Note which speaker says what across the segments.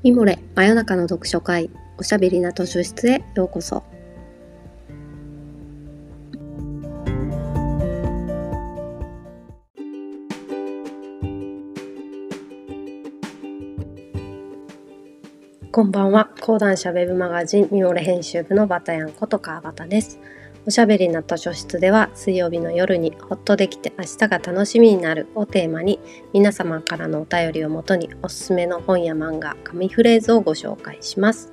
Speaker 1: ミモレ真夜中の読書会、おしゃべりな図書室へようこそ。こんばんは。講談社ウェブマガジンミモレ編集部のバタヤンこと川端です。おしゃべりな図書室では、水曜日の夜にほっとできて明日が楽しみになるをテーマに、皆様からのお便りをもとにおすすめの本や漫画、紙フレーズをご紹介します。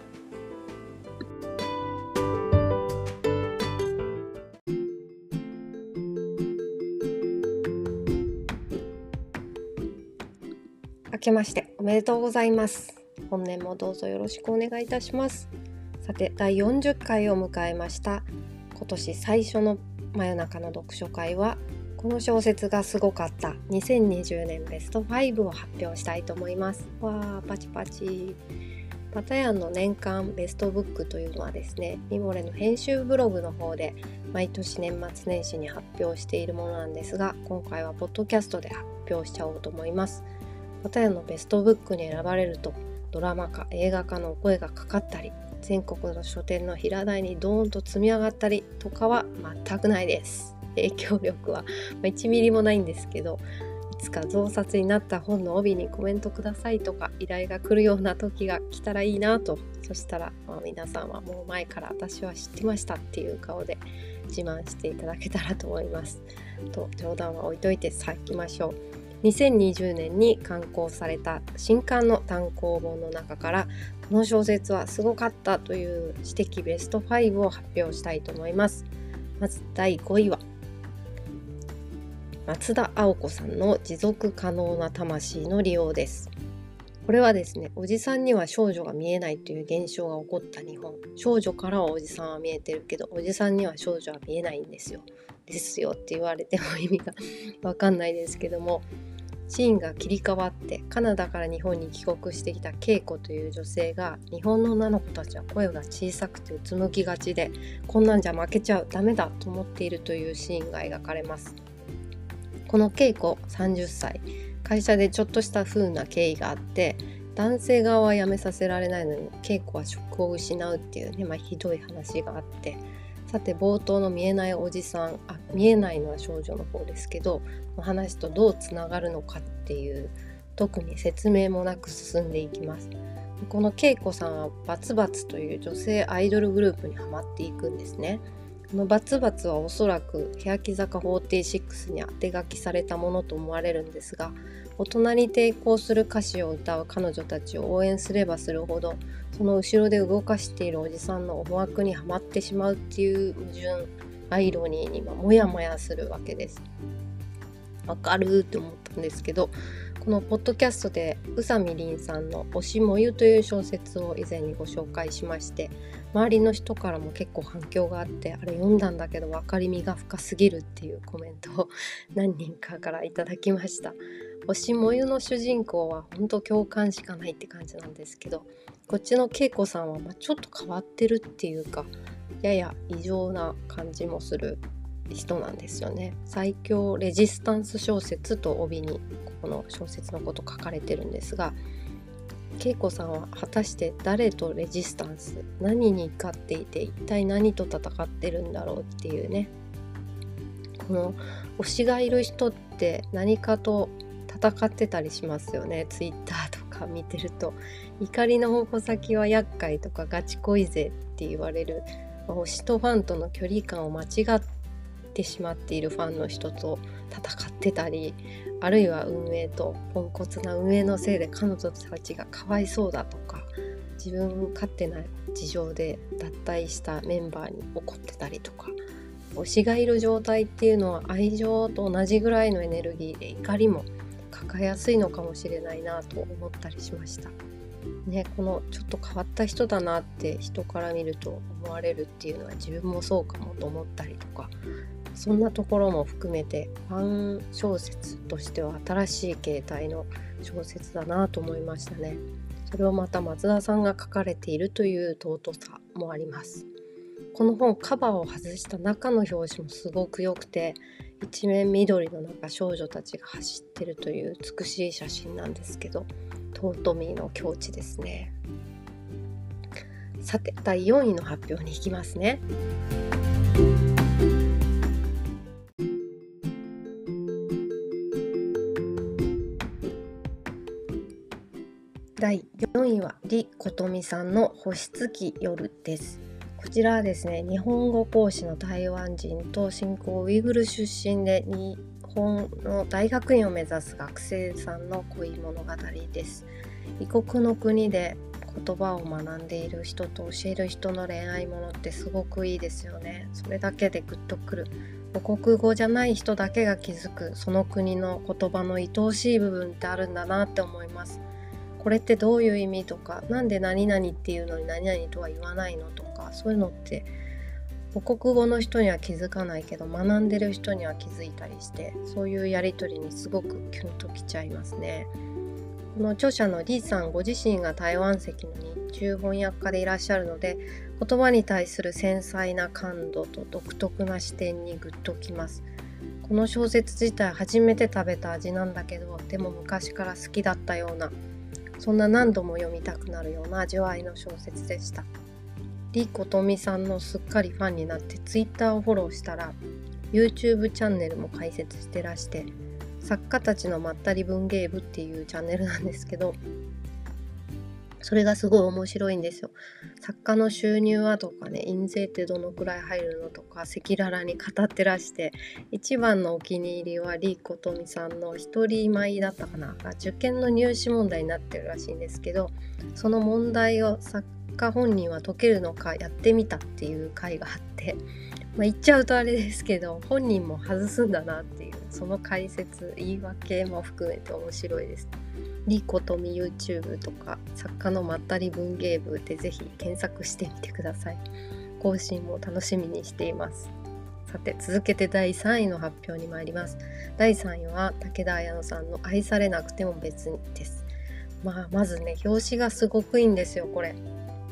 Speaker 1: 明けましておめでとうございます。本年もどうぞよろしくお願いいたします。さて、第40回を迎えました。今年最初の真夜中の読書会は、この小説がすごかった2020年ベスト5を発表したいと思います。わー、パチパチ。バタヤンの年間ベストブックというのはですね、ミモレの編集ブログの方で毎年年末年始に発表しているものなんですが、今回はポッドキャストで発表しちゃおうと思います。バタヤンのベストブックに選ばれると、ドラマ化、映画化の声がかかったり、全国の書店の平台にドーンと積み上がったりとかは全くないです。影響力は1ミリもないんですけど、いつか増刷になった本の帯にコメントくださいとか依頼が来るような時が来たらいいなと。そしたら、皆さんはもう前から私は知ってましたっていう顔で自慢していただけたらと思います。と、冗談は置いといてさあ行きましょう。2020年に刊行された新刊の単行本の中から、この小説はすごかったという知的ベスト5を発表したいと思います。まず第5位は松田青子さんの持続可能な魂の利用です。これはですね、おじさんには少女が見えないという現象が起こった日本。少女からはおじさんは見えてるけど、おじさんには少女は見えないんですよって言われても意味がわかんないですけども、シーンが切り替わってカナダから日本に帰国してきた恵子という女性が、日本の女の子たちは声が小さくてうつむきがちで、こんなんじゃ負けちゃう、ダメだと思っているというシーンが描かれます。この恵子30歳、会社でちょっとした不運な経緯があって、男性側は辞めさせられないのに恵子は職を失うっていうね、ひどい話があって、さて冒頭の見えないおじさん、見えないのは少女の方ですけど、話とどうつながるのかっていう特に説明もなく進んでいきます。この恵子さんはバツバツという女性アイドルグループにはまっていくんですね。このバツバツはおそらく欅坂46に当て書きされたものと思われるんですが、大人に抵抗する歌詞を歌う彼女たちを応援すればするほど、その後ろで動かしているおじさんの思惑にはまってしまうっていう矛盾、アイロニーにもやもやするわけです。わかるって思ったんですけど、このポッドキャストで宇佐美凛さんの推しもゆという小説を以前にご紹介しまして、周りの人からも結構反響があって、あれ読んだんだけど分かりみが深すぎるっていうコメントを何人かからいただきました。推しもゆの主人公は本当共感しかないって感じなんですけど、こっちの恵子さんはちょっと変わってるっていうか、やや異常な感じもする人なんですよね。最強レジスタンス小説と帯にこの小説のこと書かれてるんですが、恵子さんは果たして誰とレジスタンス、何に勝っていて一体何と戦ってるんだろうっていうね。この推しがいる人って何かと戦ってたりしますよね。ツイッターとか見てると、怒りの矛先は厄介とかガチ恋勢って言われる、推しとファンとの距離感を間違ってしまっているファンの人と戦ってたり、あるいは運営とポンコツな運営のせいで彼女たちがかわいそうだとか、自分勝手な事情で脱退したメンバーに怒ってたりとか、推しがいる状態っていうのは愛情と同じぐらいのエネルギーで怒りも抱えやすいのかもしれないなと思ったりしましたね。このちょっと変わった人だなって人から見ると思われるっていうのは自分もそうかもと思ったりとか、そんなところも含めてファン小説としては新しい形態の小説だなと思いましたね。それをまた松田さんが書かれているという尊さもあります。この本カバーを外した中の表紙もすごく良くて、一面緑の中少女たちが走ってるという美しい写真なんですけど、 トートミーの境地ですね。さて第4位の発表に行きますね。第4位は李琴美さんの星月夜です。こちらはですね、日本語講師の台湾人と新興ウイグル出身で日本の大学院を目指す学生さんの恋物語です。異国の国で言葉を学んでいる人と教える人の恋愛ものってすごくいいですよね。それだけでグッとくる。母国語じゃない人だけが気づくその国の言葉の愛おしい部分ってあるんだなって思います。これってどういう意味とか、なんで何々っていうのに何々とは言わないのとか、そういうのって母国語の人には気づかないけど学んでる人には気づいたりして、そういうやり取りにすごくキュンときちゃいますね。この著者の李さんご自身が台湾籍の日中翻訳家でいらっしゃるので、言葉に対する繊細な感度と独特な視点にグッときます。この小説自体初めて食べた味なんだけど、でも昔から好きだったような、そんな何度も読みたくなるような味わいの小説でした。李琴美さんのすっかりファンになってツイッターをフォローしたら YouTube チャンネルも開設してらして、作家たちのまったり文芸部っていうチャンネルなんですけど、それがすごい面白いんですよ。作家の収入はとかね、印税ってどのくらい入るのとか赤裸々に語ってらして、一番のお気に入りは李琴美さんの一人舞だったかなが受験の入試問題になってるらしいんですけど、その問題を作家本人は解けるのかやってみたっていう回があって、言っちゃうとあれですけど本人も外すんだなっていう、その解説言い訳も含めて面白いです。李琴美 YouTube とか作家のまったり文芸部でぜひ検索してみてください。更新も楽しみにしています。さて続けて第3位の発表に参ります。第3位は武田綾乃さんの愛されなくても別にです。まずね、表紙がすごくいいんですよ。これ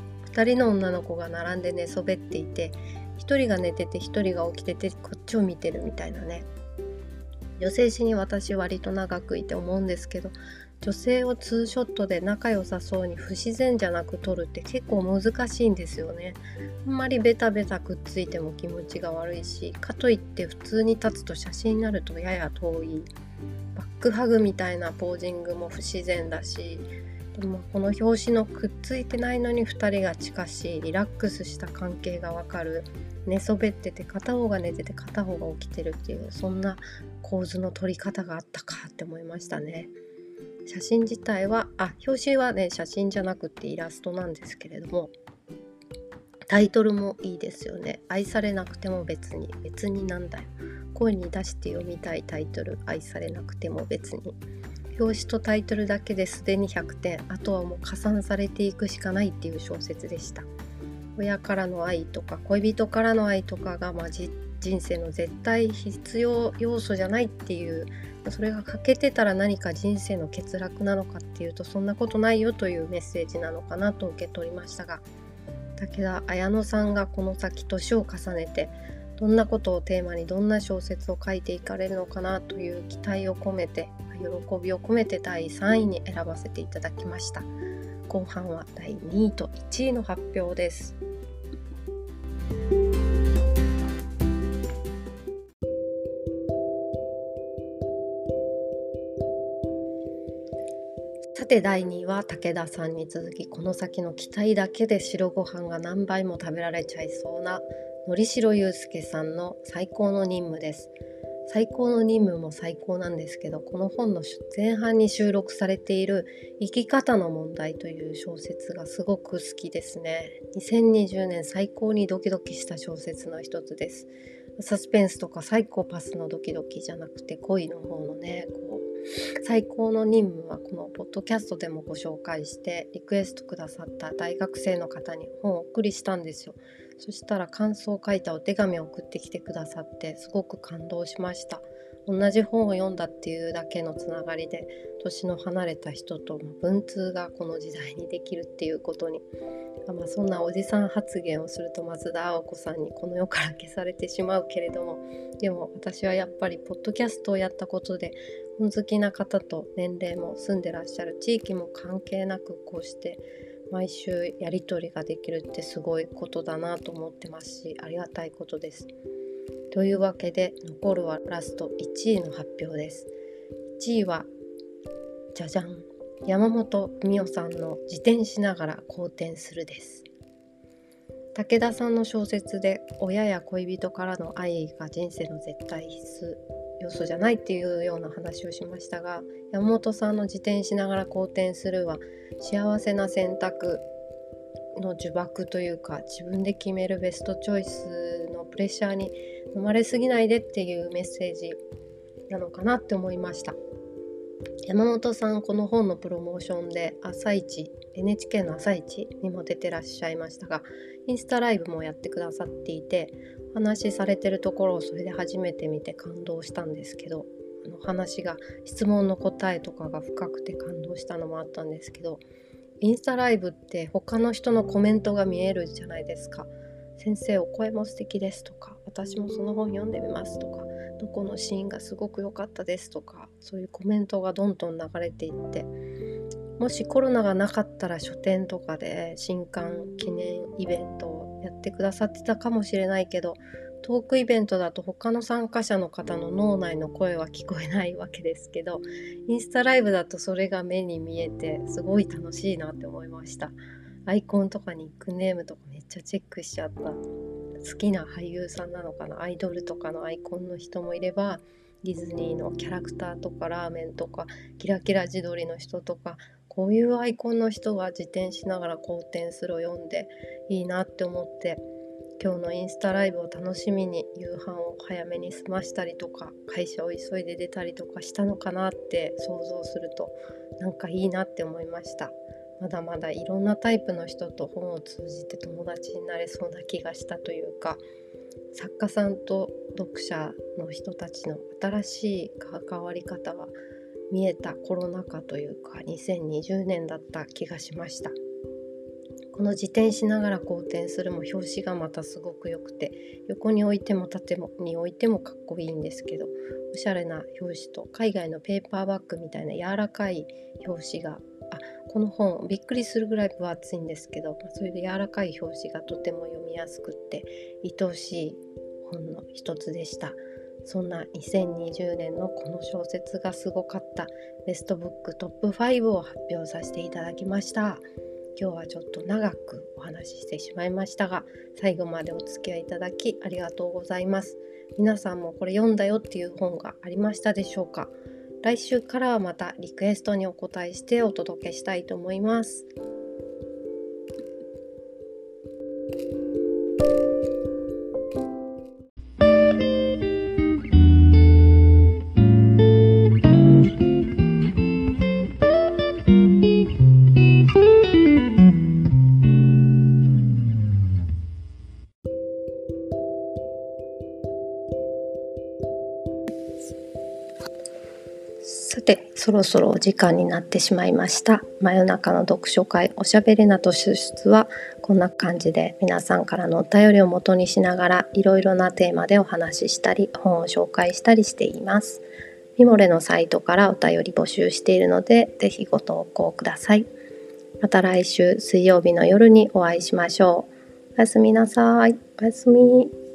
Speaker 1: 2人の女の子が並んで寝そべっていて、1人が寝てて1人が起きててこっちを見てるみたいなね。女性誌に私割と長くいて思うんですけど、女性をツーショットで仲良さそうに不自然じゃなく撮るって結構難しいんですよね。あんまりベタベタくっついても気持ちが悪いし、かといって普通に立つと写真になるとやや遠い。バックハグみたいなポージングも不自然だし、でもこの表紙のくっついてないのに2人が近しいリラックスした関係がわかる、寝そべってて片方が寝てて片方が起きてるっていう、そんな構図の撮り方があったかって思いましたね。写真自体は表紙はね写真じゃなくてイラストなんですけれども、タイトルもいいですよね。愛されなくても別になんだよ、声に出して読みたいタイトル、愛されなくても別に。表紙とタイトルだけですでに100点、あとはもう加算されていくしかないっていう小説でした。親からの愛とか恋人からの愛とかが、人生の絶対必要要素じゃないっていう、それが欠けてたら何か人生の欠落なのかっていうと、そんなことないよというメッセージなのかなと受け取りましたが、武田綾乃さんがこの先年を重ねてどんなことをテーマにどんな小説を書いていかれるのかなという期待を込めて、喜びを込めて第3位に選ばせていただきました。後半は第2位と1位の発表です。さて第2位は武田さんに続き、この先の期待だけで白ご飯が何杯も食べられちゃいそうなのりしろゆうすけさんの最高の任務です。最高の任務も最高なんですけど、この本の前半に収録されている生き方の問題という小説がすごく好きですね。2020年最高にドキドキした小説の一つです。サスペンスとかサイコパスのドキドキじゃなくて恋の方のね、最高の任務はこのポッドキャストでもご紹介してリクエストくださった大学生の方に本をお送りしたんですよ。そしたら感想を書いたお手紙を送ってきてくださってすごく感動しました。 同じ本を読んだっていうだけのつながりで年の離れた人と文通がこの時代にできるっていうことに、そんなおじさん発言をすると松田青子さんにこの世から消されてしまうけれども、でも私はやっぱりポッドキャストをやったことで本好きな方と年齢も住んでらっしゃる地域も関係なくこうして毎週やり取りができるってすごいことだなと思ってますし、ありがたいことです。というわけで残るはラスト1位の発表です。1位はじゃじゃん、山本美代さんの自転しながら好転するです。武田さんの小説で親や恋人からの愛が人生の絶対必須要素じゃないっていうような話をしましたが、山本さんの自転しながら好転するは幸せな選択の呪縛というか、自分で決めるベストチョイスのプレッシャーに飲まれすぎないでっていうメッセージなのかなって思いました。山本さんこの本のプロモーションで朝一 NHK の朝一にも出てらっしゃいましたが、インスタライブもやってくださっていて、お話しされてるところをそれで初めて見て感動したんですけど、話が質問の答えとかが深くて感動したのもあったんですけど、インスタライブって他の人のコメントが見えるじゃないですか。先生お声も素敵ですとか、私もその本読んでみますとか、どこのシーンがすごく良かったですとか、そういうコメントがどんどん流れていって、もしコロナがなかったら書店とかで新刊記念イベントをやってくださってたかもしれないけど、トークイベントだと他の参加者の方の脳内の声は聞こえないわけですけど、インスタライブだとそれが目に見えてすごい楽しいなって思いました。アイコンとかニックネームとかめっちゃチェックしちゃった。好きな俳優さんなのかな、アイドルとかのアイコンの人もいれば、ディズニーのキャラクターとかラーメンとかキラキラ自撮りの人とか、こういうアイコンの人が自転しながら好転するを読んでいいなって思って、今日のインスタライブを楽しみに夕飯を早めに済ましたりとか、会社を急いで出たりとかしたのかなって想像するとなんかいいなって思いました。まだまだいろんなタイプの人と本を通じて友達になれそうな気がしたというか、作家さんと読者の人たちの新しい関わり方が見えたコロナ禍というか2020年だった気がしました。この自転しながら好転するも表紙がまたすごく良くて、横に置いても縦に置いてもかっこいいんですけど、おしゃれな表紙と海外のペーパーバッグみたいな柔らかい表紙が、この本びっくりするぐらい分厚いんですけど、それで柔らかい表紙がとても読みやすくって愛おしい本の一つでした。そんな2020年のこの小説がすごかったベストブックトップ5を発表させていただきました。今日はちょっと長くお話ししてしまいましたが、最後までお付き合いいただきありがとうございます。皆さんもこれ読んだよっていう本がありましたでしょうか？来週からはまたリクエストにお答えしてお届けしたいと思います。さて、そろそろお時間になってしまいました。真夜中の読書会おしゃべりな図書室はこんな感じで、皆さんからのお便りを元にしながらいろいろなテーマでお話ししたり本を紹介したりしています。ミモレのサイトからお便り募集しているので、ぜひご投稿ください。また来週水曜日の夜にお会いしましょう。おやすみなさい。おやすみ。